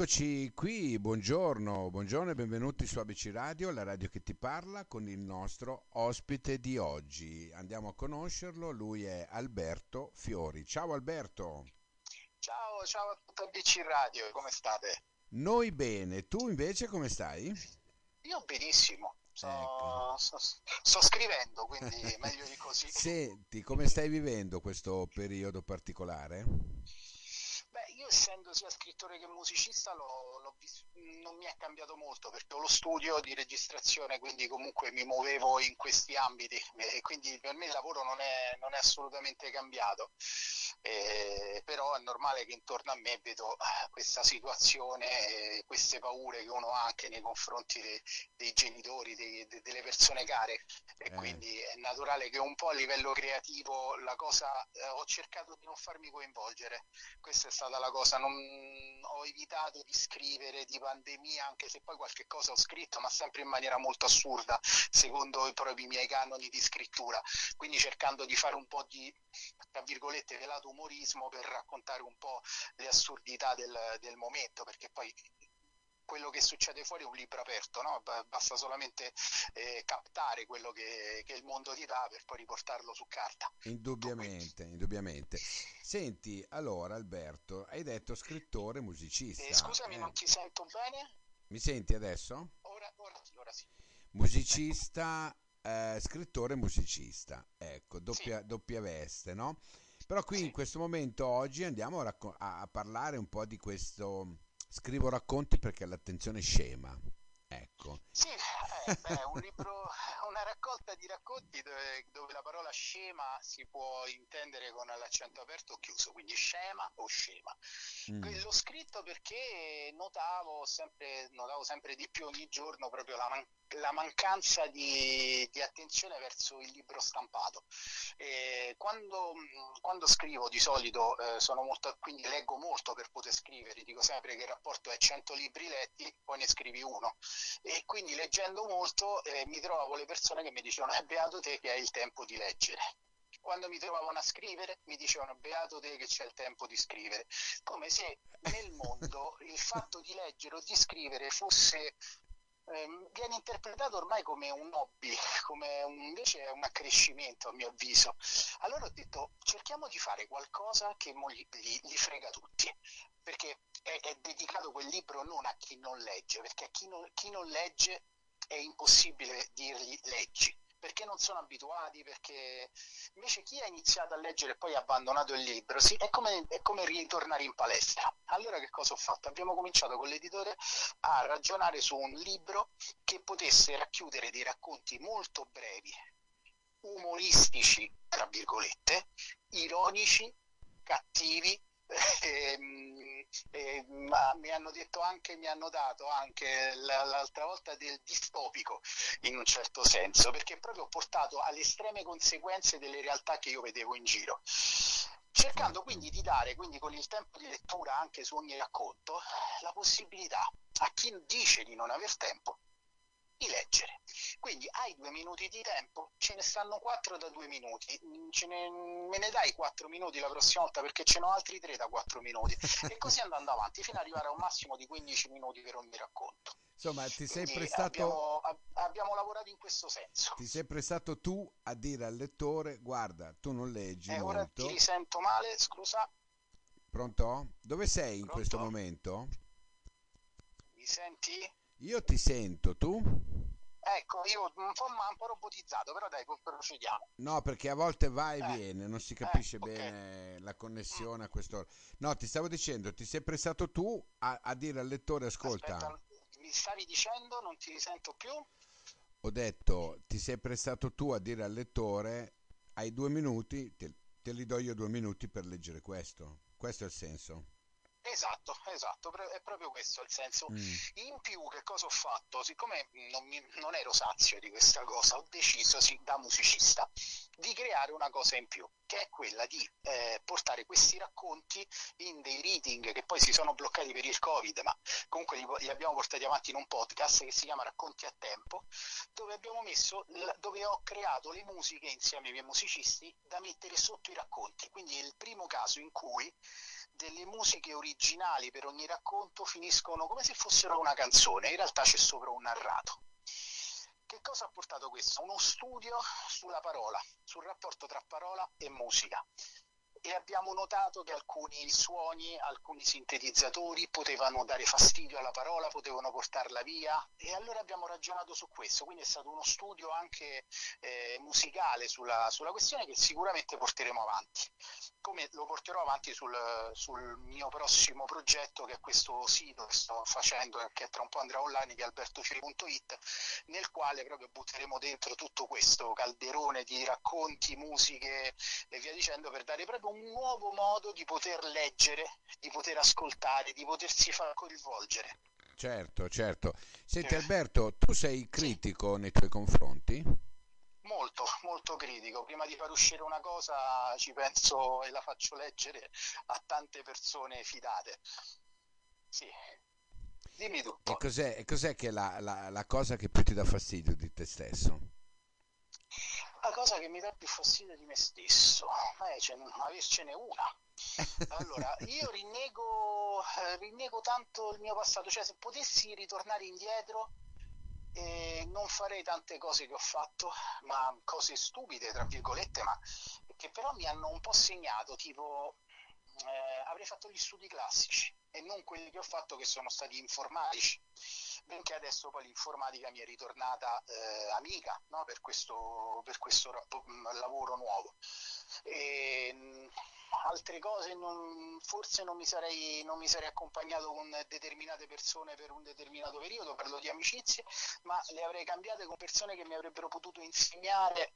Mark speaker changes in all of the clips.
Speaker 1: Eccoci qui, buongiorno, buongiorno e benvenuti su ABC Radio, la radio che ti parla, con il nostro ospite di oggi. Andiamo a conoscerlo, lui è Alberto Fiori. Ciao Alberto.
Speaker 2: Ciao a tutta BC Radio, come state?
Speaker 1: Noi bene, tu invece come stai?
Speaker 2: Io benissimo,
Speaker 1: Ecco.
Speaker 2: sto scrivendo, quindi meglio di così.
Speaker 1: Senti, come stai vivendo questo periodo particolare?
Speaker 2: Beh, io essendo sia scrittore che musicista non mi è cambiato molto perché ho lo studio di registrazione, quindi comunque mi muovevo in questi ambiti e quindi per me il lavoro non è assolutamente cambiato. Però è normale che intorno a me vedo questa situazione, queste paure che uno ha anche nei confronti dei genitori, delle persone care e
Speaker 1: Eh,
Speaker 2: quindi è naturale che un po' a livello creativo la cosa ho cercato di non farmi coinvolgere. Questa è stata la cosa, ho evitato di scrivere di pandemia, anche se poi qualche cosa ho scritto, ma sempre in maniera molto assurda, secondo proprio i miei canoni di scrittura, quindi cercando di fare un po' di, tra virgolette, velato umorismo per raccontare un po' le assurdità del momento, perché poi quello che succede fuori è un libro aperto, no? Basta solamente captare quello che il mondo ti dà per poi riportarlo su carta. Tutto qui.
Speaker 1: indubbiamente, indubbiamente. Senti, allora Alberto, hai detto scrittore, musicista.
Speaker 2: Scusami, non ti sento bene?
Speaker 1: Mi senti adesso?
Speaker 2: Ora sì, ora sì. Ecco,
Speaker 1: Musicista, scrittore musicista, ecco,
Speaker 2: sì,
Speaker 1: doppia veste, no? Però qui in
Speaker 2: sì.
Speaker 1: questo momento oggi andiamo a parlare un po' di questo, scrivo racconti perché l'attenzione scema, ecco.
Speaker 2: Sì, beh, un libro, una raccolta di racconti dove la parola scema si può intendere con l'accento aperto o chiuso, quindi scema o scema.
Speaker 1: Mm,
Speaker 2: L'ho scritto perché notavo sempre di più ogni giorno proprio la mancanza di attenzione verso il libro stampato. Quando scrivo di solito quindi leggo molto per poter scrivere, dico sempre che il rapporto è 100 libri letti, poi ne scrivi uno e quindi leggendo molto mi trovavo le persone che mi dicevano è beato te che hai il tempo di leggere. Quando mi trovavano a scrivere mi dicevano beato te che c'è il tempo di scrivere, come se nel mondo il fatto di leggere o di scrivere viene interpretato ormai come un hobby, invece è un accrescimento a mio avviso. Allora ho detto cerchiamo di fare qualcosa che li frega tutti, perché è dedicato quel libro non a chi non legge, perché a chi non legge è impossibile dirgli leggi, perché non sono abituati, perché invece chi ha iniziato a leggere e poi ha abbandonato il libro, sì, è come ritornare in palestra. Allora che cosa ho fatto? Abbiamo cominciato con l'editore a ragionare su un libro che potesse racchiudere dei racconti molto brevi, umoristici, tra virgolette, ironici, cattivi, ma mi hanno dato anche l'altra volta del distopico in un certo senso, perché proprio ho portato alle estreme conseguenze delle realtà che io vedevo in giro. Cercando
Speaker 1: certo.
Speaker 2: quindi di dare, quindi con il tempo di lettura anche su ogni racconto, la possibilità a chi dice di non aver tempo di leggere. Quindi hai 2 minuti di tempo, ce ne stanno 4 da 2 minuti, me ne dai 4 minuti la prossima volta perché ce n'ho altri 3 da 4 minuti e così andando avanti fino ad arrivare a un massimo di 15 minuti per ogni racconto.
Speaker 1: Insomma,
Speaker 2: Quindi abbiamo lavorato in questo senso.
Speaker 1: ti sei prestato tu a dire al lettore, guarda, tu non leggi
Speaker 2: Ora ti
Speaker 1: molto,
Speaker 2: risento male, scusa,
Speaker 1: pronto? Dove sei in questo
Speaker 2: pronto?
Speaker 1: momento?
Speaker 2: Mi senti?
Speaker 1: Io ti sento, tu?
Speaker 2: Ecco, io un po' robotizzato, però dai, procediamo.
Speaker 1: No, perché a volte va e
Speaker 2: Eh,
Speaker 1: viene, non si capisce
Speaker 2: ok.
Speaker 1: bene la
Speaker 2: Mm.
Speaker 1: connessione a questo. No, ti stavo dicendo, ti sei prestato tu a dire al lettore, ascolta,
Speaker 2: Aspetta, mi stavi dicendo, non ti risento più?
Speaker 1: ho detto, ti sei prestato tu a dire al lettore, hai 2 minuti, te li do io 2 minuti per leggere questo. Questo è il senso.
Speaker 2: Esatto, esatto, è proprio questo il senso.
Speaker 1: Mm,
Speaker 2: In più, che cosa ho fatto? Siccome non ero sazio di questa cosa, ho deciso, sì, da musicista, di creare fare una cosa in più, che è quella di portare questi racconti in dei reading che poi si sono bloccati per il Covid, ma comunque li abbiamo portati avanti in un podcast che si chiama Racconti a Tempo, dove ho creato le musiche insieme ai miei musicisti da mettere sotto i racconti. Quindi è il primo caso in cui delle musiche originali per ogni racconto finiscono come se fossero una canzone, in realtà c'è sopra un narrato. Che cosa ha portato questo? Uno studio sulla parola, sul rapporto tra parola e musica. E abbiamo notato che alcuni suoni, alcuni sintetizzatori potevano dare fastidio alla parola, potevano portarla via, e allora abbiamo ragionato su questo, quindi è stato uno studio anche musicale sulla questione, che sicuramente porteremo avanti, come lo porterò avanti sul mio prossimo progetto, che è questo sito che sto facendo, che tra un po' andrà online, che è albertofiri.it, nel quale proprio butteremo dentro tutto questo calderone di racconti, musiche e via dicendo, per dare proprio un nuovo modo di poter leggere, di poter ascoltare, di potersi far coinvolgere.
Speaker 1: Certo, certo. Senti
Speaker 2: Eh,
Speaker 1: Alberto, tu sei
Speaker 2: sì,
Speaker 1: critico nei tuoi confronti?
Speaker 2: molto, molto critico. Prima di far uscire una cosa ci penso e la faccio leggere a tante persone fidate. Sì, dimmi
Speaker 1: E
Speaker 2: tutto.
Speaker 1: cos'è che è la cosa che più ti dà fastidio di te stesso?
Speaker 2: La cosa che mi dà più fastidio di me stesso, avercene una. Allora, io rinnego tanto il mio passato, cioè se potessi ritornare indietro non farei tante cose che ho fatto, ma cose stupide, tra virgolette, ma che però mi hanno un po' segnato, tipo avrei fatto gli studi classici e non quelli che ho fatto, che sono stati informatici, benché adesso poi l'informatica mi è ritornata amica, no? per questo lavoro nuovo. E, altre cose forse non mi sarei accompagnato con determinate persone per un determinato periodo, parlo di amicizie, ma le avrei cambiate con persone che mi avrebbero potuto insegnare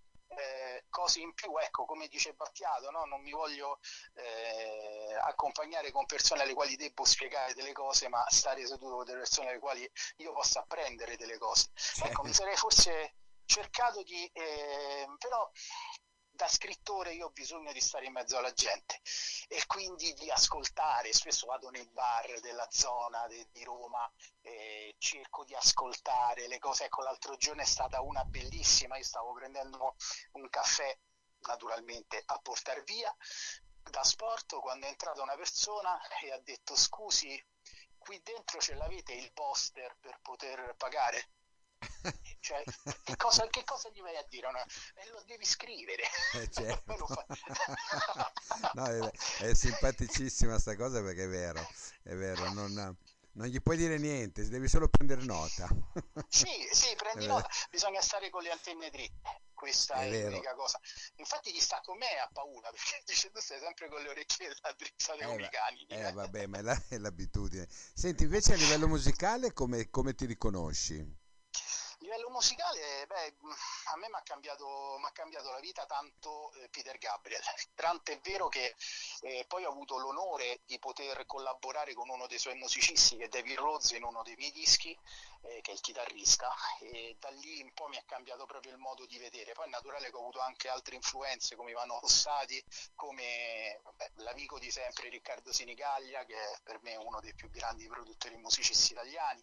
Speaker 2: cose in più. Ecco, come dice Battiato, no? Non mi voglio accompagnare con persone alle quali devo spiegare delle cose, ma stare seduto con delle persone alle quali io possa apprendere delle cose.
Speaker 1: Cioè,
Speaker 2: Ecco, mi sarei forse cercato però da scrittore io ho bisogno di stare in mezzo alla gente e quindi di ascoltare. Spesso vado nei bar della zona di Roma, cerco di ascoltare le cose. Ecco, l'altro giorno è stata una bellissima, io stavo prendendo un caffè, naturalmente a portar via da sport, quando è entrata una persona e ha detto: scusi, qui dentro ce l'avete il poster per poter pagare? Cioè, che cosa gli vai a dire? No? Lo devi scrivere. Poi lo
Speaker 1: certo.
Speaker 2: fa.
Speaker 1: No, è simpaticissima sta cosa perché è vero, non gli puoi dire niente, devi solo prendere nota.
Speaker 2: Sì, sì,
Speaker 1: È
Speaker 2: prendi
Speaker 1: vero,
Speaker 2: nota, bisogna stare con le antenne dritte, questa
Speaker 1: è
Speaker 2: è
Speaker 1: vero.
Speaker 2: l'unica cosa. Infatti chi sta con me ha paura, perché dice: tu stai sempre con le orecchie drizzate come i
Speaker 1: Va-
Speaker 2: cani.
Speaker 1: vabbè, ma è l'abitudine. Senti, invece a livello musicale come ti riconosci?
Speaker 2: A livello musicale, beh, a me m'ha cambiato la vita tanto Peter Gabriel, tanto è vero che poi ho avuto l'onore di poter collaborare con uno dei suoi musicisti, che è David Rhodes, in uno dei miei dischi, che è il chitarrista, e da lì un po' mi ha cambiato proprio il modo di vedere. Poi è naturale che ho avuto anche altre influenze come Ivano Fossati, come vabbè, l'amico di sempre Riccardo Sinigaglia, che è per me uno dei più grandi produttori musicisti italiani,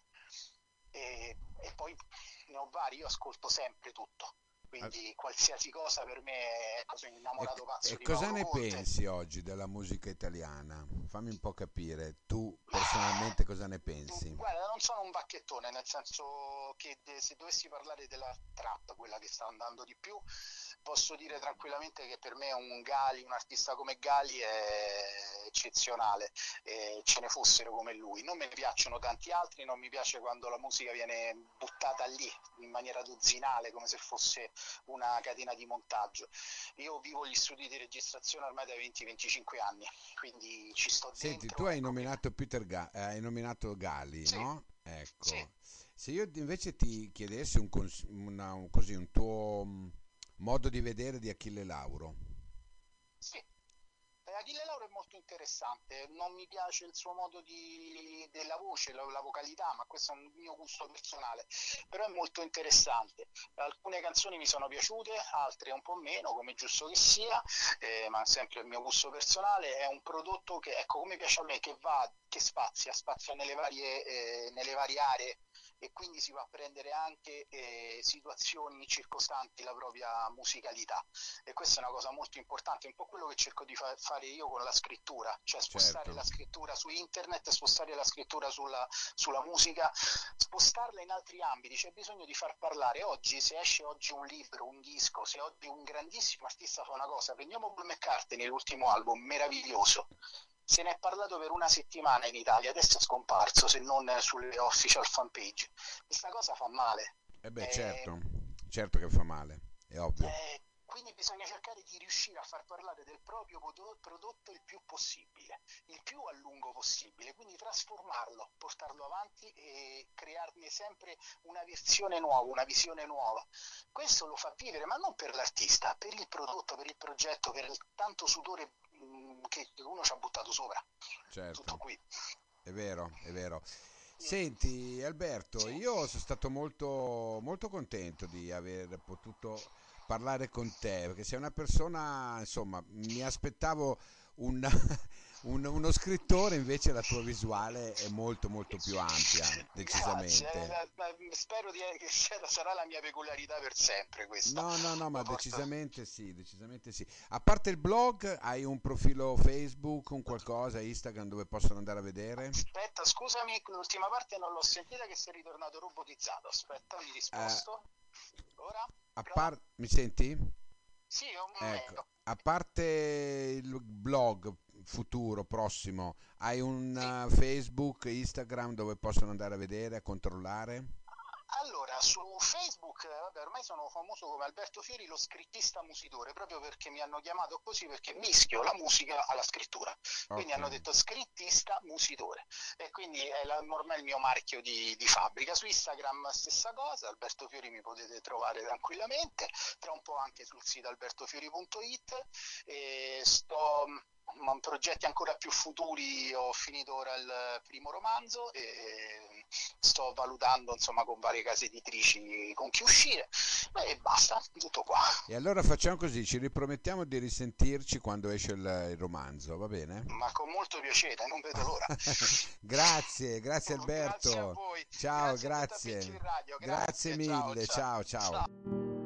Speaker 2: e poi ne ho vari. Io ascolto sempre tutto, quindi qualsiasi cosa per me sono innamorato pazzo
Speaker 1: E
Speaker 2: di
Speaker 1: cosa
Speaker 2: Paolo
Speaker 1: ne
Speaker 2: Conte.
Speaker 1: pensi oggi della musica italiana? Fammi un po' capire, tu personalmente cosa ne pensi?
Speaker 2: Guarda, non sono un bacchettone, nel senso che se dovessi parlare della trap, quella che sta andando di più, posso dire tranquillamente che per me un artista come Gali è eccezionale, ce ne fossero come lui. Non me ne piacciono tanti altri, non mi piace quando la musica viene buttata lì in maniera dozzinale, come se fosse una catena di montaggio. Io vivo gli studi di registrazione ormai da 20-25 anni, quindi ci sto
Speaker 1: Senti, tu
Speaker 2: dentro,
Speaker 1: hai
Speaker 2: ecco.
Speaker 1: nominato hai nominato Gali,
Speaker 2: Sì,
Speaker 1: no?
Speaker 2: sì,
Speaker 1: Ecco, se io invece ti chiedessi così, un tuo modo di vedere di Achille Lauro.
Speaker 2: sì. Achille Lauro è molto interessante, non mi piace il suo modo della voce, la vocalità, ma questo è un mio gusto personale, però è molto interessante. Alcune canzoni mi sono piaciute, altre un po' meno, come giusto che sia, ma sempre il mio gusto personale. È un prodotto che, ecco, come piace a me, che spazia nelle varie aree, e quindi si va a prendere anche situazioni circostanti la propria musicalità, e questa è una cosa molto importante, un po' quello che cerco di fare io con la scrittura, cioè spostare
Speaker 1: Certo.
Speaker 2: la scrittura su internet, spostare la scrittura sulla musica, spostarla in altri ambiti. C'è bisogno di far parlare. Oggi, se esce oggi un libro, un disco, se oggi un grandissimo artista fa una cosa, prendiamo Paul McCartney, l'ultimo album meraviglioso, se ne è parlato per una settimana in Italia, adesso è scomparso, se non sulle official fan page. Questa cosa fa male.
Speaker 1: E beh,
Speaker 2: Eh,
Speaker 1: certo, certo che fa male, è ovvio.
Speaker 2: quindi bisogna cercare di riuscire a far parlare del proprio prodotto il più possibile, il più a lungo possibile, quindi trasformarlo, portarlo avanti e crearne sempre una versione nuova, una visione nuova. Questo lo fa vivere, ma non per l'artista, per il prodotto, per il progetto, per il tanto sudore che uno ci ha buttato sopra. Tutto
Speaker 1: Certo,
Speaker 2: qui.
Speaker 1: è vero, è vero.
Speaker 2: Mm.
Speaker 1: Senti, Alberto,
Speaker 2: Sì.
Speaker 1: io sono stato molto, molto contento di aver potuto parlare con te, perché sei una persona, insomma, mi aspettavo un, uno scrittore, invece la tua visuale è molto, molto più ampia,
Speaker 2: Grazie,
Speaker 1: decisamente.
Speaker 2: spero che sarà la mia peculiarità per sempre questa.
Speaker 1: No, no, no, ma
Speaker 2: Poi porto...
Speaker 1: decisamente sì, decisamente sì. A parte il blog, hai un profilo Facebook, un qualcosa, Instagram dove possono andare a vedere?
Speaker 2: Aspetta, scusami, l'ultima parte non l'ho sentita, che sei ritornato robotizzato. Aspetta, mi
Speaker 1: Eh,
Speaker 2: risposto. Ora? Prova?
Speaker 1: mi senti?
Speaker 2: Sì, un
Speaker 1: Ecco,
Speaker 2: momento.
Speaker 1: a parte il blog futuro, prossimo, hai un
Speaker 2: Sì.
Speaker 1: Facebook, Instagram dove possono andare a vedere, a controllare?
Speaker 2: Allora, su Facebook, vabbè, ormai sono famoso come Alberto Fiori, lo scrittista musitore, proprio perché mi hanno chiamato così, perché mischio la musica alla scrittura. Quindi
Speaker 1: Ok,
Speaker 2: hanno detto scrittista musitore, e quindi è ormai il mio marchio di fabbrica. Su Instagram stessa cosa, Alberto Fiori mi potete trovare tranquillamente, tra un po' anche sul sito albertofiori.it, e progetti ancora più futuri. Ho finito ora il primo romanzo e sto valutando, insomma, con varie case editrici con chi uscire. Beh, e basta, tutto qua.
Speaker 1: e allora facciamo così, ci ripromettiamo di risentirci quando esce il romanzo, va bene?
Speaker 2: Ma con molto piacere, non vedo l'ora.
Speaker 1: Grazie, grazie
Speaker 2: Grazie a
Speaker 1: Alberto.
Speaker 2: voi,
Speaker 1: Ciao,
Speaker 2: grazie a te, a Picchi
Speaker 1: grazie.
Speaker 2: Radio,
Speaker 1: Grazie
Speaker 2: grazie, ciao
Speaker 1: mille,
Speaker 2: ciao
Speaker 1: ciao, ciao.
Speaker 2: ciao.